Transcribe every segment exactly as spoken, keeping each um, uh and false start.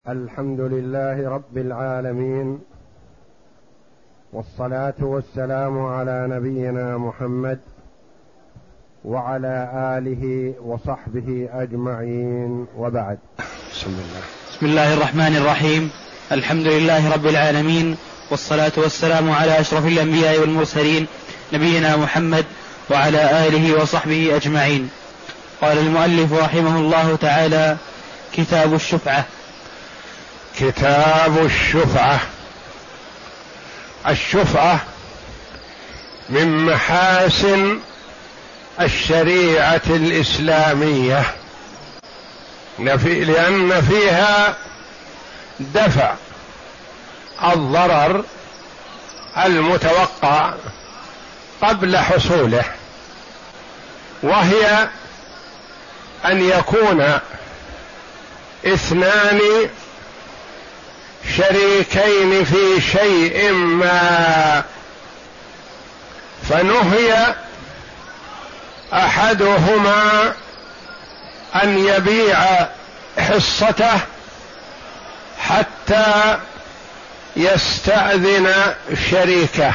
الحمد لله رب العالمين، والصلاة والسلام على نبينا محمد وعلى آله وصحبه أجمعين، وبعد. بسم الله. بسم الله الرحمن الرحيم. الحمد لله رب العالمين، والصلاة والسلام على أشرف الأنبياء والمرسلين نبينا محمد وعلى آله وصحبه أجمعين. قال المؤلف رحمه الله تعالى: كتاب الشفعة. كتاب الشفعة. الشفعة من محاسن الشريعة الإسلامية، لأن فيها دفع الضرر المتوقع قبل حصوله، وهي أن يكون اثنان شريكين في شيء ما، فنهي أحدهما أن يبيع حصته حتى يستأذن شريكه،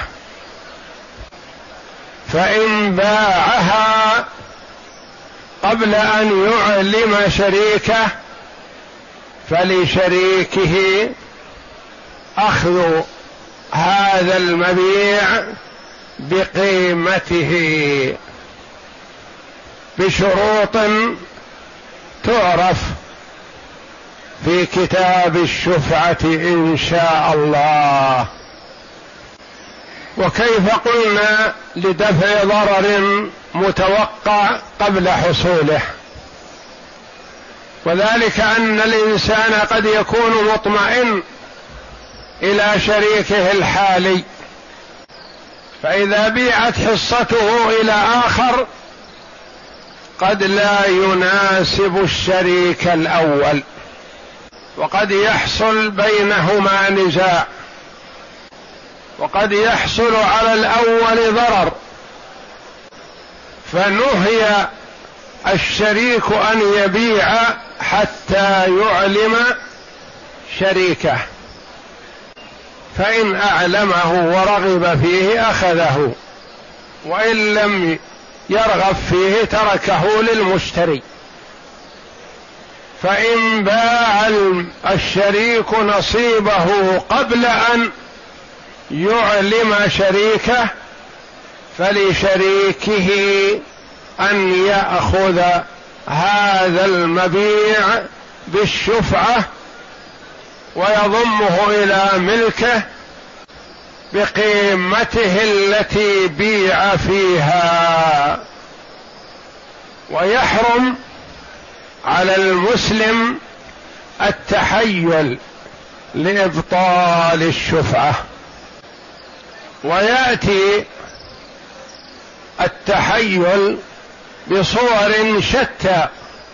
فإن باعها قبل أن يعلم شريكه فلشريكه أخذ هذا المبيع بقيمته بشروط تعرف في كتاب الشفعة إن شاء الله. وكيف قلنا لدفع ضرر متوقع قبل حصوله؟ وذلك أن الإنسان قد يكون مطمئن إلى شريكه الحالي، فإذا بيعت حصته إلى آخر قد لا يناسب الشريك الأول، وقد يحصل بينهما نزاع، وقد يحصل على الأول ضرر، فنهي الشريك أن يبيع حتى يعلم شريكه، فإن أعلمه ورغب فيه أخذه، وإن لم يرغب فيه تركه للمشتري. فإن باع الشريك نصيبه قبل أن يعلم شريكه فلشريكه أن يأخذ هذا المبيع بالشفعة ويضمه إلى ملكه بقيمته التي بيع فيها. ويحرم على المسلم التحيل لإبطال الشفعة، ويأتي التحيل بصور شتى،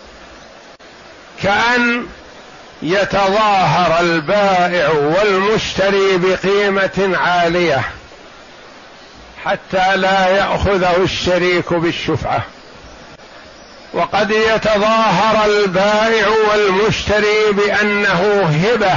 كأن يتظاهر البائع والمشتري بقيمة عالية حتى لا يأخذه الشريك بالشفعة، وقد يتظاهر البائع والمشتري بأنه هبة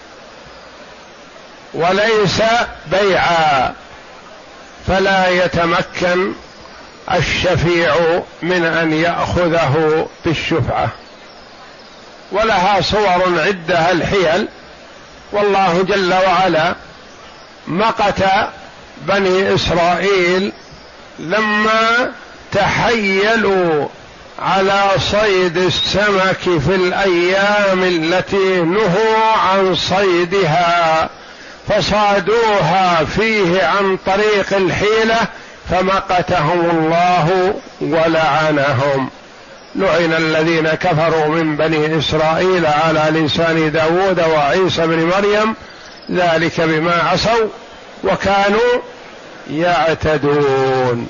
وليس بيعا، فلا يتمكن الشفيع من أن يأخذه بالشفعة. ولها صور عدة الحيل، والله جل وعلا مقت بني إسرائيل لما تحيلوا على صيد السمك في الأيام التي نهوا عن صيدها، فصادوها فيه عن طريق الحيلة فمقتهم الله ولعنهم. لعن الذين كفروا من بني إسرائيل على لسان داود وعيسى بن مريم ذلك بما عصوا وكانوا يعتدون.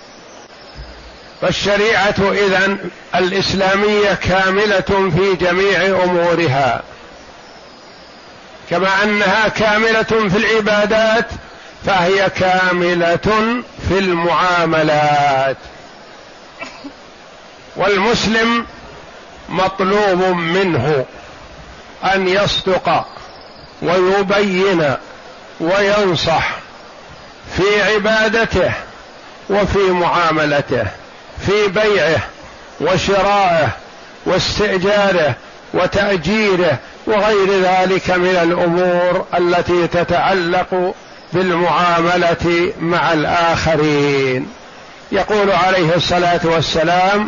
فالشريعة إذن الإسلامية كاملة في جميع أمورها، كما أنها كاملة في العبادات فهي كاملة في المعاملات. والمسلم مطلوب منه أن يصدق ويبين وينصح في عبادته وفي معاملته، في بيعه وشرائه واستئجاره وتأجيره وغير ذلك من الأمور التي تتعلق بالمعاملة مع الآخرين. يقول عليه الصلاة والسلام: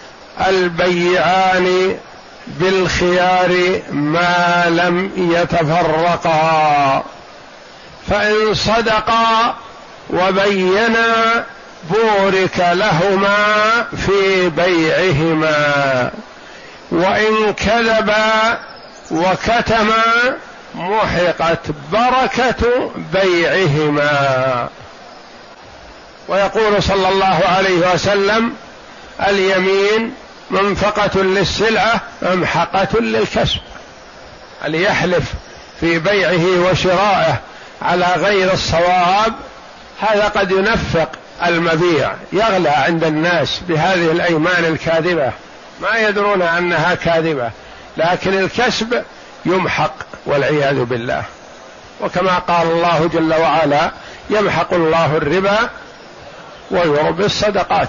البيعان بالخيار ما لم يتفرقا، فإن صدقا وبينا بورك لهما في بيعهما، وإن كذبا وكتما محقت بركة بيعهما. ويقول صلى الله عليه وسلم: اليمين منفقة للسلعة ممحقة للكسب. اللي يحلف في بيعه وشرائه على غير الصواب هذا قد ينفق المبيع، يغلى عند الناس بهذه الأيمان الكاذبة، ما يدرون أنها كاذبة، لكن الكسب يمحق والعياذ بالله. وكما قال الله جل وعلا: يمحق الله الربا ويربي الصدقات.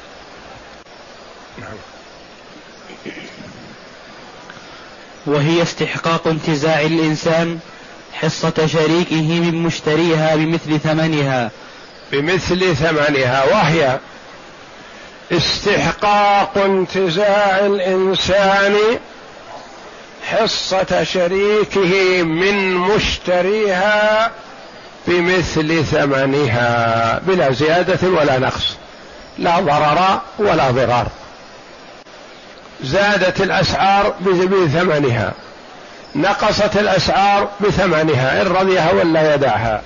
وهي استحقاق انتزاع الإنسان حصة شريكه من مشتريها بمثل ثمنها بمثل ثمنها وهي استحقاق انتزاع الإنسان حصة شريكه من مشتريها بمثل ثمنها بلا زيادة ولا نقص، لا ضرر ولا ضرار. زادت الأسعار بثمنها، نقصت الأسعار بثمنها، إن رضيها ولا يدعها،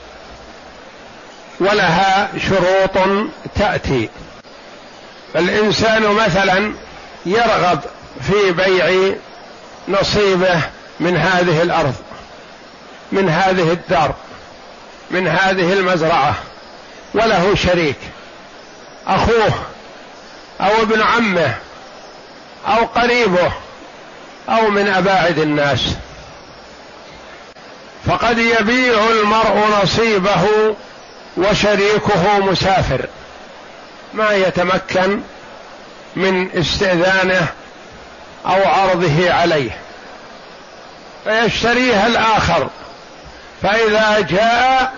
ولها شروط تأتي. فالإنسان مثلا يرغب في بيع نصيبه من هذه الأرض، من هذه الدار، من هذه المزرعة، وله شريك أخوه أو ابن عمه أو قريبه أو من أباعد الناس، فقد يبيع المرء نصيبه وشريكه مسافر ما يتمكن من استئذانه أو عرضه عليه، فيشتريها الآخر، فإذا جاء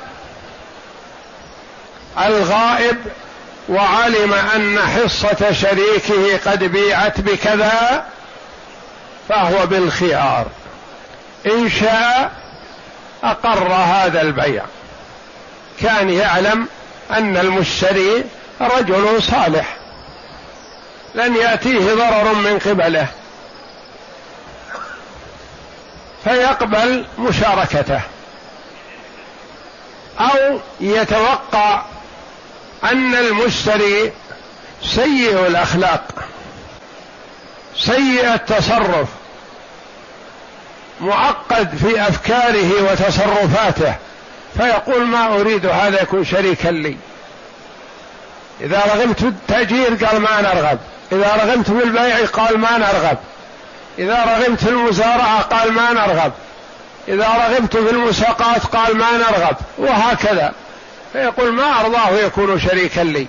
الغائب وعلم أن حصة شريكه قد بيعت بكذا فهو بالخيار، إن شاء أقر هذا البيع. كان يعلم أن المشتري رجل صالح لن يأتيه ضرر من قبله، فيقبل مشاركته، أو يتوقع أن المشتري سيء الأخلاق سيء التصرف معقد في أفكاره وتصرفاته، فيقول ما أريد هذا يكون شريكا لي. إذا رغبت بالتأجير قال ما نرغب، إذا رغبت بالبيع قال ما نرغب، إذا رغبت في المزارعة قال ما نرغب، إذا رغبت في المساقات قال ما نرغب، وهكذا. فيقول ما أرضاه يكون شريكا لي،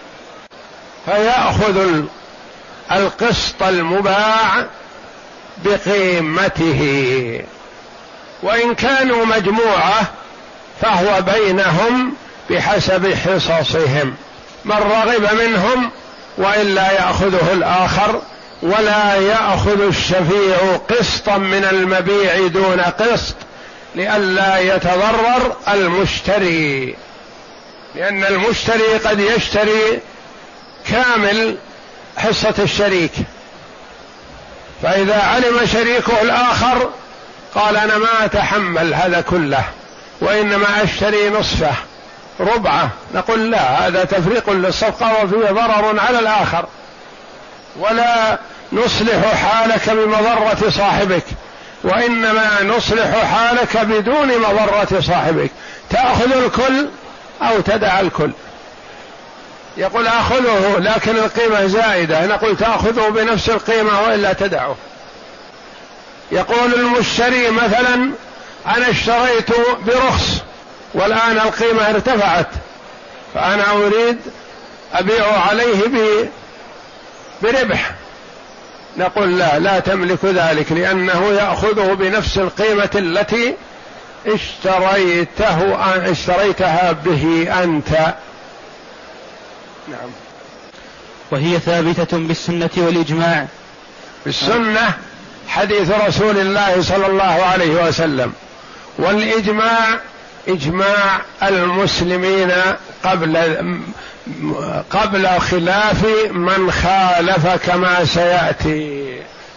فيأخذ القسط المباع بقيمته، وإن كانوا مجموعة فهو بينهم بحسب حصصهم، من رغب منهم وإلا يأخذه الآخر، ولا يأخذ الشفيع قسطا من المبيع دون قسط لئلا يتضرر المشتري، لأن المشتري قد يشتري كامل حصة الشريك، فإذا علم شريكه الآخر قال أنا ما أتحمل هذا كله وإنما أشتري نصفه ربعه، نقول لا، هذا تفريق للصفقة وفيه ضرر على الآخر، ولا نصلح حالك بمضرة صاحبك، وإنما نصلح حالك بدون مضرة صاحبك، تأخذ الكل أو تدع الكل. يقول أخذه لكن القيمة زائدة، نقول تأخذه بنفس القيمة وإلا تدعه. يقول المشتري مثلا أنا اشتريت برخص والآن القيمة ارتفعت فأنا أريد أبيع عليه بربح، نقول لا لا تملك ذلك لأنه يأخذه بنفس القيمة التي اشتريته اشتريتها به أنت. نعم. وهي ثابتة بالسنة والإجماع. بالسنة حديث رسول الله صلى الله عليه وسلم، والإجماع إجماع المسلمين قبل قبل خلاف من خالف كما سيأتي.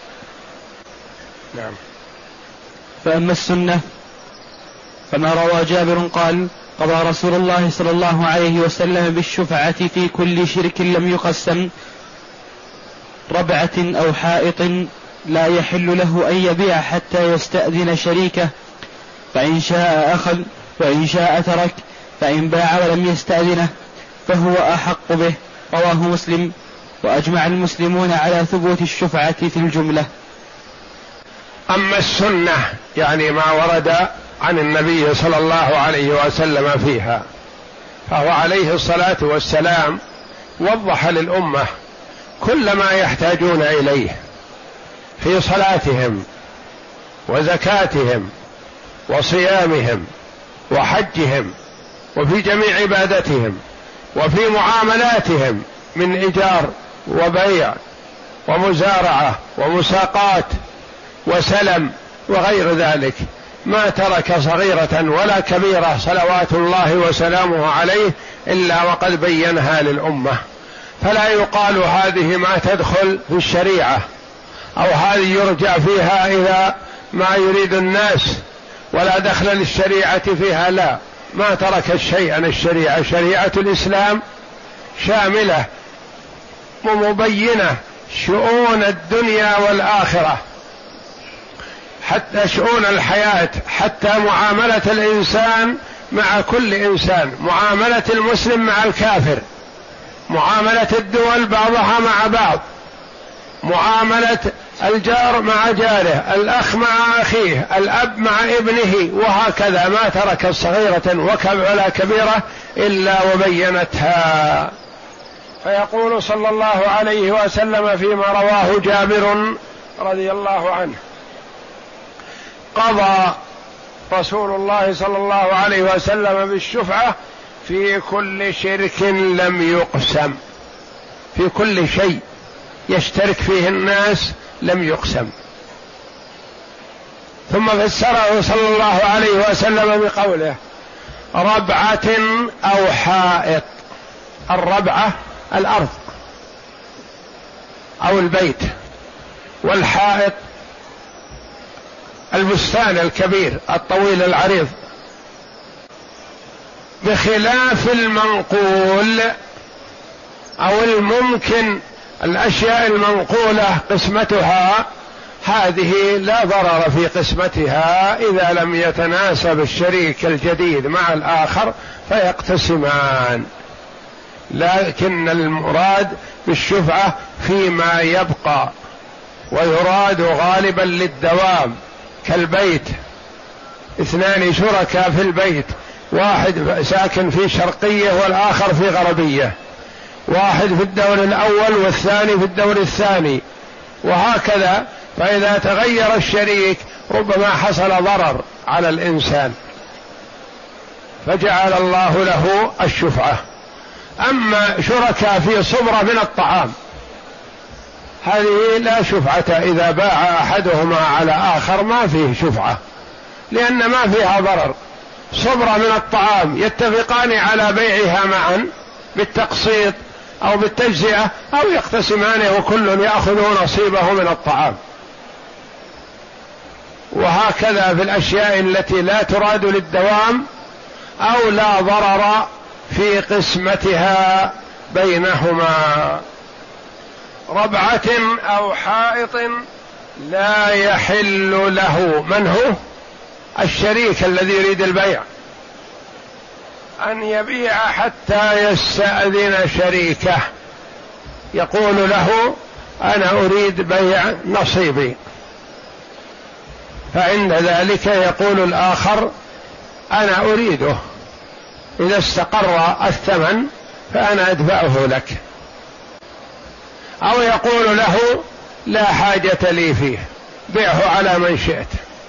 نعم. فأما السنة فما روى جابر قال قضى رسول الله صلى الله عليه وسلم بالشفعة في كل شرك لم يقسم ربعة أو حائط لا يحل له أن يبيع حتى يستأذن شريكه، فإن شاء أخذ وإن شاء ترك، فإن باع ولم يستأذنه فهو أحق به. رواه مسلم. وأجمع المسلمون على ثبوت الشفعة في الجملة. أما السنة يعني ما ورد عن النبي صلى الله عليه وسلم فيها، فهو عليه الصلاة والسلام وضح للأمة كل ما يحتاجون إليه في صلاتهم وزكاتهم وصيامهم وحجهم وفي جميع عبادتهم وفي معاملاتهم من إيجار وبيع ومزارعة ومساقات وسلم وغير ذلك، ما ترك صغيرة ولا كبيرة صلوات الله وسلامه عليه إلا وقد بينها للأمة. فلا يقال هذه ما تدخل في الشريعة أو هذه يرجع فيها إلى ما يريد الناس ولا دخل للشريعة فيها، لا، ما ترك شيئا الشريعة. شريعة الإسلام شاملة ومبينة شؤون الدنيا والآخرة، حتى شؤون الحياة، حتى معاملة الإنسان مع كل إنسان، معاملة المسلم مع الكافر، معاملة الدول بعضها مع بعض، معاملة الجار مع جاره، الأخ مع أخيه، الأب مع ابنه، وهكذا ما ترك صغيرة ولا كبيرة إلا وبينتها. فيقول صلى الله عليه وسلم فيما رواه جابر رضي الله عنه: قضى رسول الله صلى الله عليه وسلم بالشفعة في كل شرك لم يقسم، في كل شيء يشترك فيه الناس لم يقسم. ثم فسره صلى الله عليه وسلم بقوله: ربعة أو حائط. الربعة الأرض أو البيت، والحائط البستان الكبير الطويل العريض، بخلاف المنقول أو الممكن. الأشياء المنقولة قسمتها هذه لا ضرر في قسمتها إذا لم يتناسب الشريك الجديد مع الآخر فيقتسمان، لكن المراد بالشفعة فيما يبقى، ويراد غالبا للدوام، كالبيت، اثنان شركاء في البيت، واحد ساكن في شرقية والآخر في غربية، واحد في الدور الأول والثاني في الدور الثاني، وهكذا. فإذا تغير الشريك ربما حصل ضرر على الإنسان، فجعل الله له الشفعة. أما شركاء في صبرة من الطعام هذه لا شفعة، إذا باع أحدهما على آخر ما فيه شفعة، لأن ما فيها ضرر. صبرة من الطعام يتفقان على بيعها معا بالتقسيط أو بالتجزئة أو يقتسمانه وكل يأخذ نصيبه من الطعام. وهكذا في الأشياء التي لا تراد للدوام أو لا ضرر في قسمتها بينهما. ربعة أو حائط لا يحل له، من هو؟ الشريك الذي يريد البيع، أن يبيع حتى يستأذن شريكه، يقول له: أنا أريد بيع نصيبي، فعند ذلك يقول الآخر أنا أريده، إذا استقر الثمن فأنا أدفعه لك، أو يقول له لا حاجة لي فيه، بيعه على من شئت.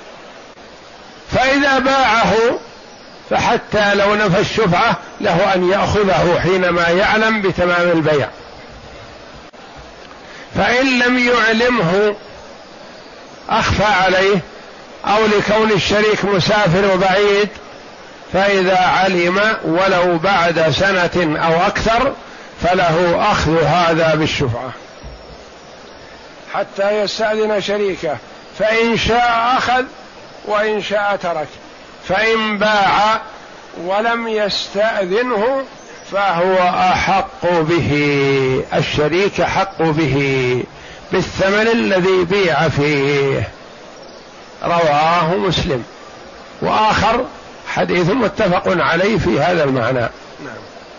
فإذا باعه فحتى لو نفى الشفعة له أن يأخذه حينما يعلم بتمام البيع. فإن لم يعلمه أخفى عليه، أو لكون الشريك مسافر وبعيد، فإذا علم ولو بعد سنة أو أكثر فله أخذ هذا بالشفعة حتى يستأذن شريكه، فإن شاء أخذ وإن شاء ترك. فإن باع ولم يستأذنه فهو أحق به، الشريك حق به بالثمن الذي بيع فيه. رواه مسلم. وآخر حديث متفق عليه في هذا المعنى. نعم.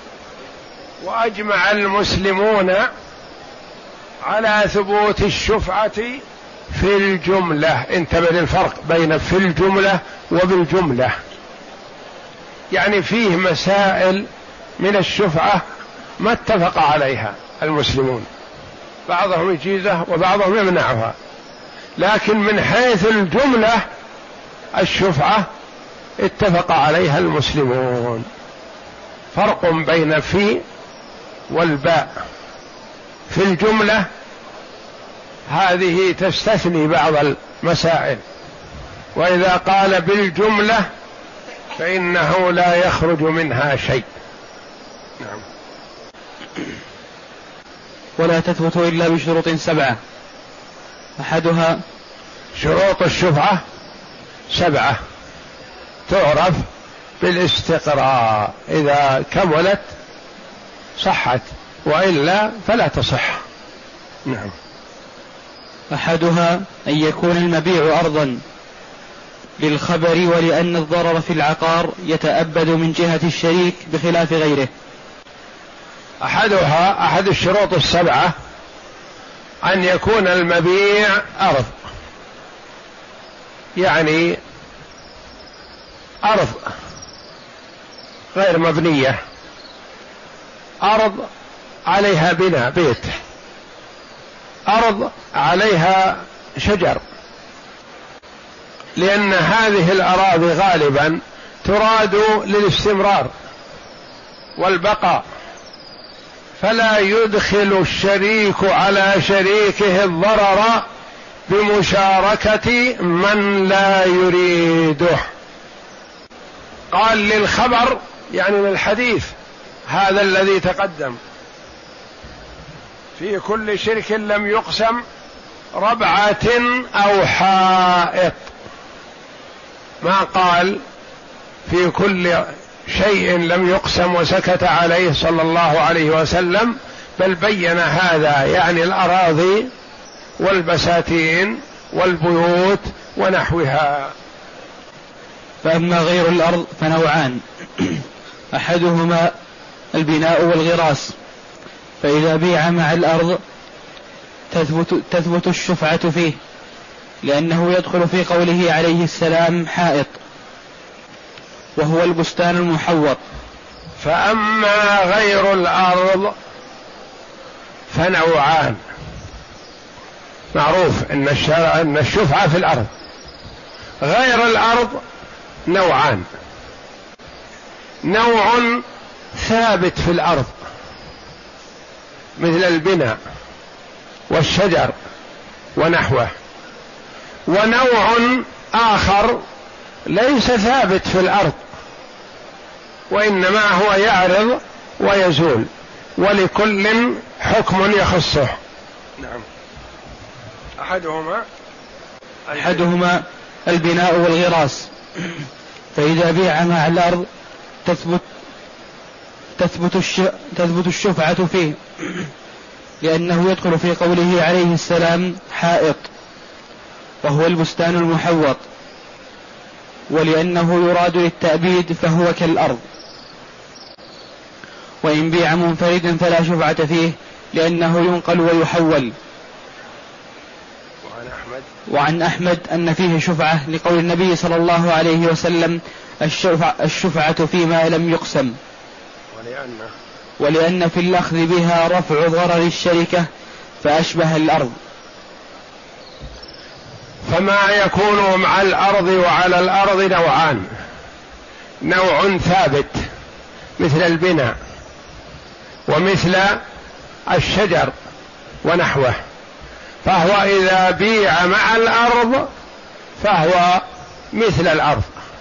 وأجمع المسلمون على ثبوت الشفعة في الجملة. انتبه للفرق بين في الجملة وبالجملة، يعني فيه مسائل من الشفعة ما اتفق عليها المسلمون، بعضهم يجيزه وبعضهم يمنعها، لكن من حيث الجملة الشفعة اتفق عليها المسلمون. فرق بين في والباء. في الجملة هذه تستثني بعض المسائل، وإذا قال بالجملة فإنه لا يخرج منها شيء. نعم. ولا تثبت إلا بشروط سبعة. أحدها شروط الشفعة سبعة تعرف بالاستقراء، إذا كملت صحت وإلا فلا تصح. نعم. أحدها أن يكون المبيع أرضا للخبر، ولأن الضرر في العقار يتأبد من جهة الشريك بخلاف غيره. أحدها أحد الشروط السبعة أن يكون المبيع أرض، يعني أرض غير مبنية، أرض عليها بناء بيت، أرض عليها شجر، لأن هذه الأراضي غالبا تراد للاستمرار والبقاء، فلا يدخل الشريك على شريكه الضرر بمشاركة من لا يريده. قال للخبر يعني للحديث هذا الذي تقدم، في كل شرك لم يقسم ربعة أو حائط، ما قال في كل شيء لم يقسم وسكت عليه صلى الله عليه وسلم، بل بين هذا يعني الأراضي والبساتين والبيوت ونحوها. فأما غير الأرض فنوعان. أحدهما البناء والغراس، فإذا بيع مع الأرض تثبت, تثبت الشفعة فيه، لأنه يدخل في قوله عليه السلام حائط، وهو البستان المحوط. فأما غير الأرض فنوعان. معروف أن أن الشفعة في الأرض. غير الأرض نوعان: نوع ثابت في الأرض مثل البناء والشجر ونحوه، ونوع آخر ليس ثابت في الأرض وإنما هو يعرض ويزول، ولكل حكم يخصه. نعم. أحدهما أحدهما البناء والغراس، فإذا بيع مع الأرض تثبت تثبت الش... تثبت الشفعة فيه، لأنه يدخل في قوله عليه السلام حائط، وهو البستان المحوط، ولأنه يراد للتأبيد فهو كالأرض. وإن بيع منفردا فلا شفعة فيه، لأنه ينقل ويحول. وعن أحمد وعن أحمد أن فيه شفعة لقول النبي صلى الله عليه وسلم الشفعة, الشفعة فيما لم يقسم، ولأن ولأن في الأخذ بها رفع ضرر الشركة فأشبه الأرض. فما يكون مع الأرض وعلى الأرض نوعان: نوع ثابت مثل البناء ومثل الشجر ونحوه، فهو إذا بيع مع الأرض فهو مثل الأرض،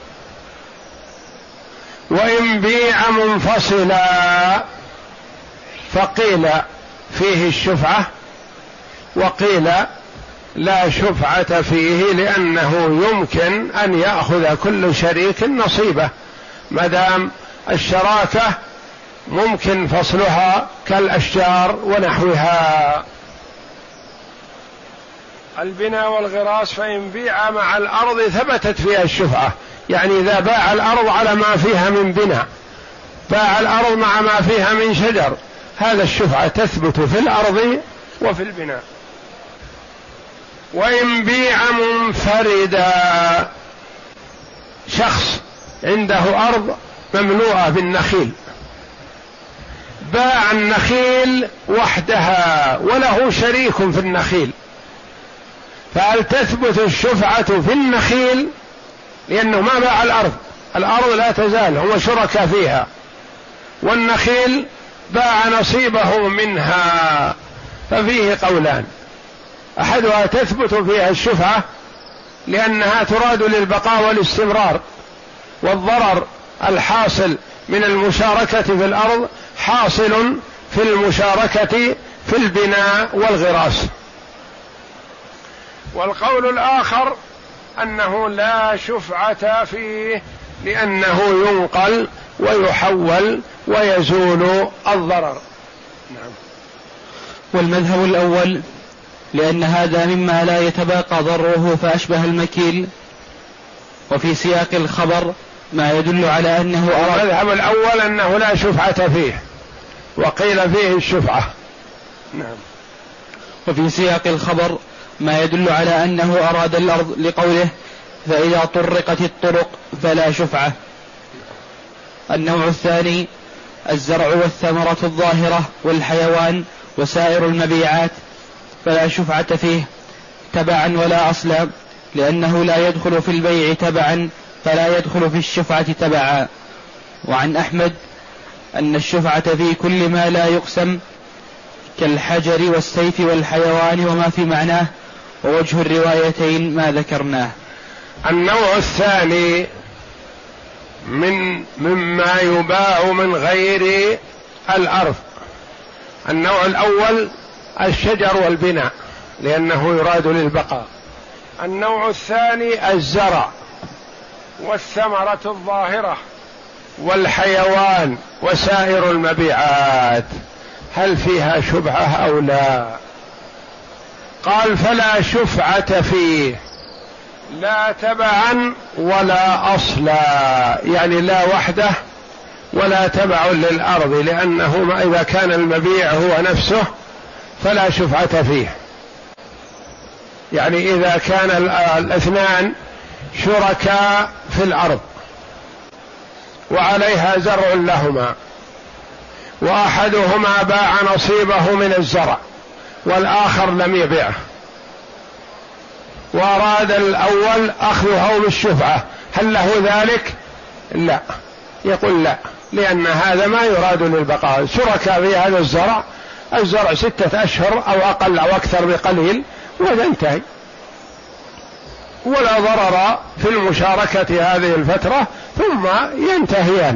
وإن بيع منفصلا فقيل فيه الشفعة وقيل لا شفعة فيه، لأنه يمكن أن يأخذ كل شريك نصيبه ما دام الشراكة ممكن فصلها كالأشجار ونحوها. البناء والغراس فإن بيع مع الأرض ثبتت فيها الشفعة، يعني إذا باع الأرض على ما فيها من بناء، باع الأرض مع ما فيها من شجر، هذا الشفعة تثبت في الأرض وفي البناء. وإن بيع منفردا، شخص عنده أرض مملوءة بالنخيل، باع النخيل وحدها وله شريك في النخيل، فهل تثبت الشفعة في النخيل؟ لأنه ما باع الأرض، الأرض لا تزال هم شركاء فيها، والنخيل باع نصيبه منها، ففيه قولان: أحدها تثبت فيها الشفعة لأنها تراد للبقاء والاستمرار، والضرر الحاصل من المشاركة في الأرض حاصل في المشاركة في البناء والغراس. والقول الآخر أنه لا شفعة فيه لأنه ينقل ويحول ويزول الضرر. نعم. والمذهب الأول لأن هذا مما لا يتباقى ضرره فأشبه المكيل، وفي سياق الخبر ما يدل على أنه أراد. المذهب الأول أنه لا شفعة فيه، وقيل فيه الشفعة. نعم. وفي سياق الخبر ما يدل على أنه أراد الأرض لقوله فإذا طرقت الطرق فلا شفعة. النوع الثاني الزرع والثمرة الظاهرة والحيوان وسائر المبيعات فلا شفعة فيه تبعا ولا أصلا، لأنه لا يدخل في البيع تبعا فلا يدخل في الشفعة تبعا. وعن أحمد أن الشفعة في كل ما لا يقسم كالحجر والسيف والحيوان وما في معناه، ووجه الروايتين ما ذكرناه. النوع الثاني من مما يباع من غير الأرض. النوع الأول الشجر والبناء لأنه يراد للبقاء. النوع الثاني الزرع والثمرة الظاهرة والحيوان وسائر المبيعات، هل فيها شفعة أو لا؟ قال فلا شفعة فيه، لا تبعا ولا أصلا، يعني لا وحده ولا تبع للأرض، لأنه إذا كان المبيع هو نفسه فلا شفعة فيه. يعني إذا كان الاثنان شركاء في الأرض وعليها زرع لهما، وأحدهما باع نصيبه من الزرع والآخر لم يبيعه، وأراد الأول أخذه بالشفعة، هل له ذلك؟ لا، يقول لا، لأن هذا ما يراد للبقاء، شركاء في هذا الزرع، الزرع ستة أشهر أو أقل أو أكثر بقليل وينتهي، ولا ضرر في المشاركة هذه الفترة ثم ينتهيان،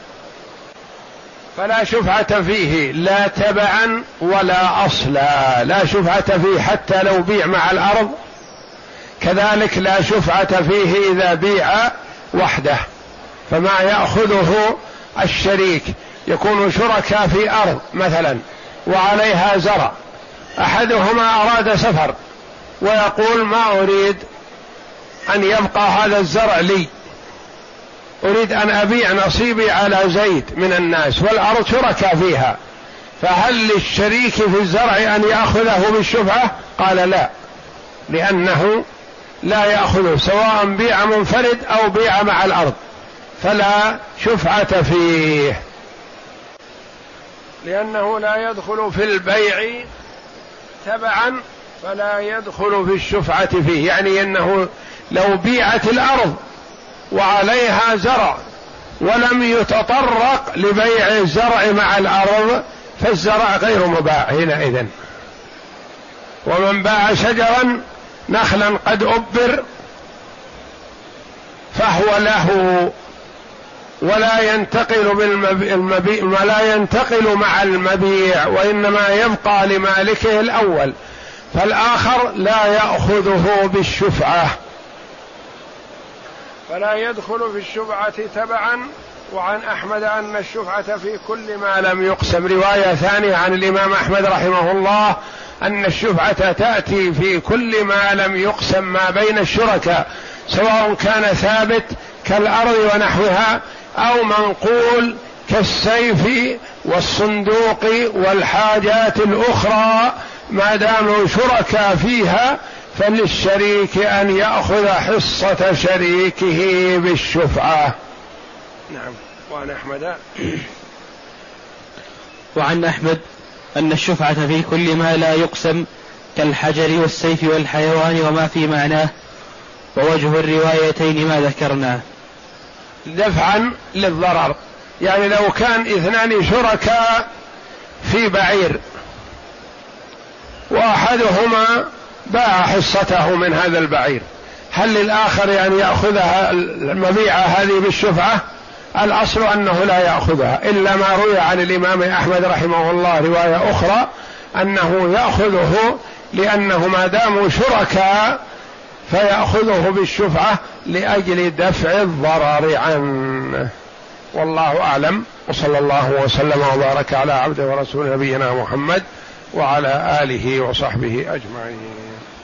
فلا شفعة فيه لا تبعا ولا أصلا، لا شفعة فيه حتى لو بيع مع الأرض، كذلك لا شفعة فيه إذا بيع وحده. فما يأخذه الشريك يكون شركاء في أرض مثلا وعليها زرع، أحدهما أراد سفر ويقول ما أريد أن يبقى هذا الزرع لي، أريد أن أبيع نصيبي على زيد من الناس، والأرض شركاء فيها، فهل للشريك في الزرع أن يأخذه بالشفعة؟ قال لا، لأنه لا يأخذه، سواء بيع منفرد أو بيع مع الأرض، فلا شفعة فيه، لأنه لا يدخل في البيع تبعا فلا يدخل في الشفعة فيه. يعني أنه لو بيعت الأرض وعليها زرع ولم يتطرق لبيع الزرع مع الأرض فالزرع غير مباع حينئذ. ومن باع شجرا نخلا قد أبر فهو له، ولا ينتقل بالمبيع ولا ينتقل مع المبيع، وإنما يبقى لمالكه الأول، فالآخر لا يأخذه بالشفعة، فلا يدخل في الشفعة تبعا. وعن أحمد أن الشفعة في كل ما لم يقسم. رواية ثانية عن الإمام أحمد رحمه الله أن الشفعة تأتي في كل ما لم يقسم ما بين الشركاء، سواء كان ثابت كالأرض ونحوها أو منقول كالسيف والصندوق والحاجات الأخرى، ما داموا شركاء فيها فللشريك أن يأخذ حصة شريكه بالشفعة. نعم. وعن أحمد وعن أحمد أن الشفعة في كل ما لا يقسم كالحجر والسيف والحيوان وما في معناه، ووجه الروايتين ما ذكرناه. دفعا للضرر، يعني لو كان اثنان شركاء في بعير وأحدهما باع حصته من هذا البعير، هل للآخر يعني يأخذها المبيعة هذه بالشفعة؟ الأصل أنه لا يأخذها، إلا ما روي عن الإمام أحمد رحمه الله رواية أخرى أنه يأخذه، لأنه ما داموا شركاء فيأخذه بالشفعة لأجل دفع الضرر عنه. والله أعلم، وصلى الله وسلم وبارك على عبده ورسوله نبينا محمد وعلى آله وصحبه أجمعين.